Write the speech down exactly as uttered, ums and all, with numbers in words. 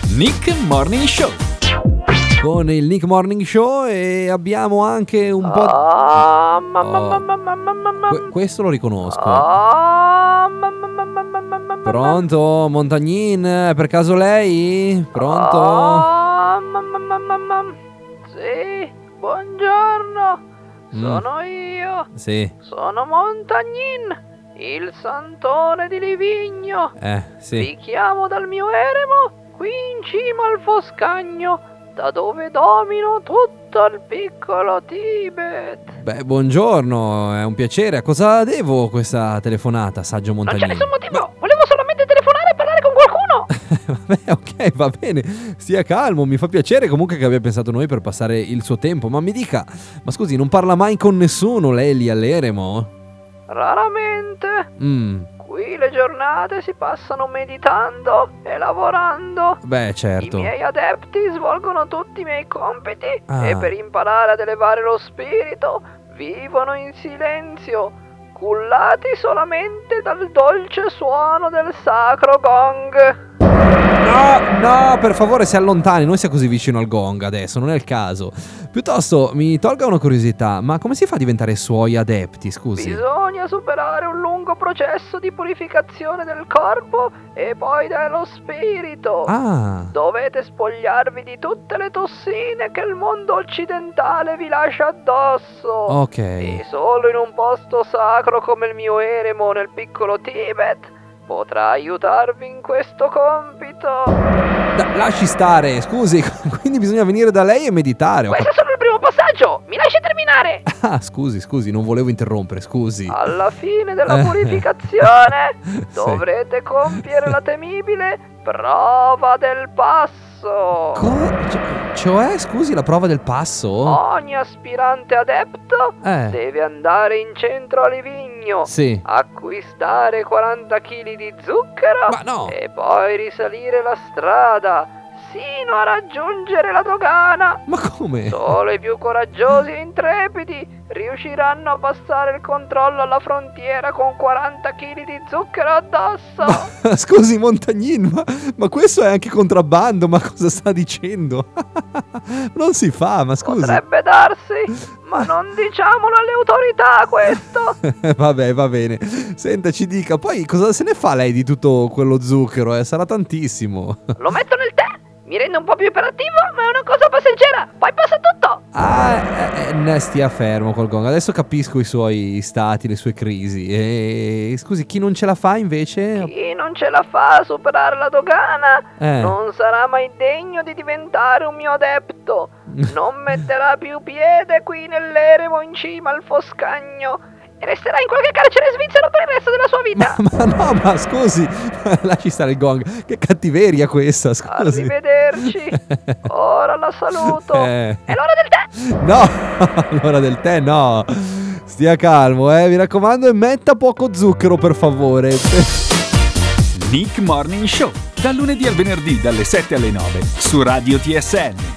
Nick Morning Show. Con il Nick Morning Show e abbiamo anche un po'... Ah, ma- ma- Oh. ma- ma- ma- ma- ma- ma- Que- questo lo riconosco. Ah, ma- ma- ma- ma- ma- ma- ma- ma- Pronto, Montagnin? È per caso lei? Pronto? Ah, ma- ma- ma- ma- ma- Sì, buongiorno. Mm. Sono io. Sì, Sono Montagnin, il santone di Livigno. eh, sì. Vi chiamo dal mio eremo, qui in cima al Foscagno, da dove domino tutto il piccolo Tibet. Beh, buongiorno, è un piacere. A cosa devo questa telefonata, saggio Non c'è Montagnin? nessun motivo, volevo solamente telefonare e parlare con qualcuno. Vabbè, ok, va bene. Stia calmo, mi fa piacere comunque che abbia pensato a noi per passare il suo tempo. Ma mi dica, ma scusi, non parla mai con nessuno lei lì all'eremo? Raramente. Mm, Qui le giornate si passano meditando e lavorando. beh, I certo. miei adepti svolgono tutti i miei compiti Ah. e per imparare ad elevare lo spirito vivono in silenzio, cullati solamente dal dolce suono del sacro gong. No, no, per favore si allontani, non sia così vicino al gong adesso, non è il caso. Piuttosto mi tolga una curiosità, ma come si fa a diventare suoi adepti, scusi? Bisogna superare un lungo processo di purificazione del corpo e poi dello spirito. Ah, Dovete spogliarvi di tutte le tossine che il mondo occidentale vi lascia addosso. ok. E solo in un posto sacro come il mio eremo nel piccolo Tibet potrà aiutarvi in questo compito. Da- lasci stare, scusi, quindi bisogna venire da lei e meditare. ho Questo è solo il primo passaggio, mi lasci terminare. cap- Ah, scusi, scusi, non volevo interrompere, scusi. Alla fine della purificazione Sì. dovrete compiere la temibile prova del passo. Co- cioè- cioè, scusi, la prova del passo? Ogni aspirante adepto Eh, deve andare in centro a Livigno, sì. acquistare quaranta chili di zucchero Ma no! e poi risalire la strada sino a raggiungere la dogana. Ma come? Solo i più coraggiosi e intrepidi riusciranno a passare il controllo alla frontiera con quaranta chili di zucchero addosso. Scusi, Montagnin, ma, ma questo è anche contrabbando, ma cosa sta dicendo? Non si fa, ma scusi. Potrebbe darsi, ma non diciamolo alle autorità questo. Vabbè, va bene. Senta, ci dica, poi cosa se ne fa lei di tutto quello zucchero? Eh? Sarà tantissimo. Lo metto nel tè, mi rende un po' più iperattivo, ma è una cosa passeggera, poi passa tutto. Ah, eh, eh, ne stia fermo col gong. Adesso capisco i suoi stati, le sue crisi. E scusi, chi non ce la fa invece? Chi non ce la fa a superare la dogana Eh. non sarà mai degno di diventare un mio adepto. Non metterà più piede qui nell'eremo in cima al Foscagno e resterà in qualche carcere svizzero per il resto della sua vita. Ma, ma no, ma scusi, lasci stare il gong. Che cattiveria questa, scusi. Arrivederci. Ora la saluto. Eh. È l'ora del tè. No, l'ora del tè no. Stia calmo, eh, mi raccomando, e metta poco zucchero, per favore. Nick Morning Show. Dal lunedì al venerdì dalle sette alle nove su Radio T S N.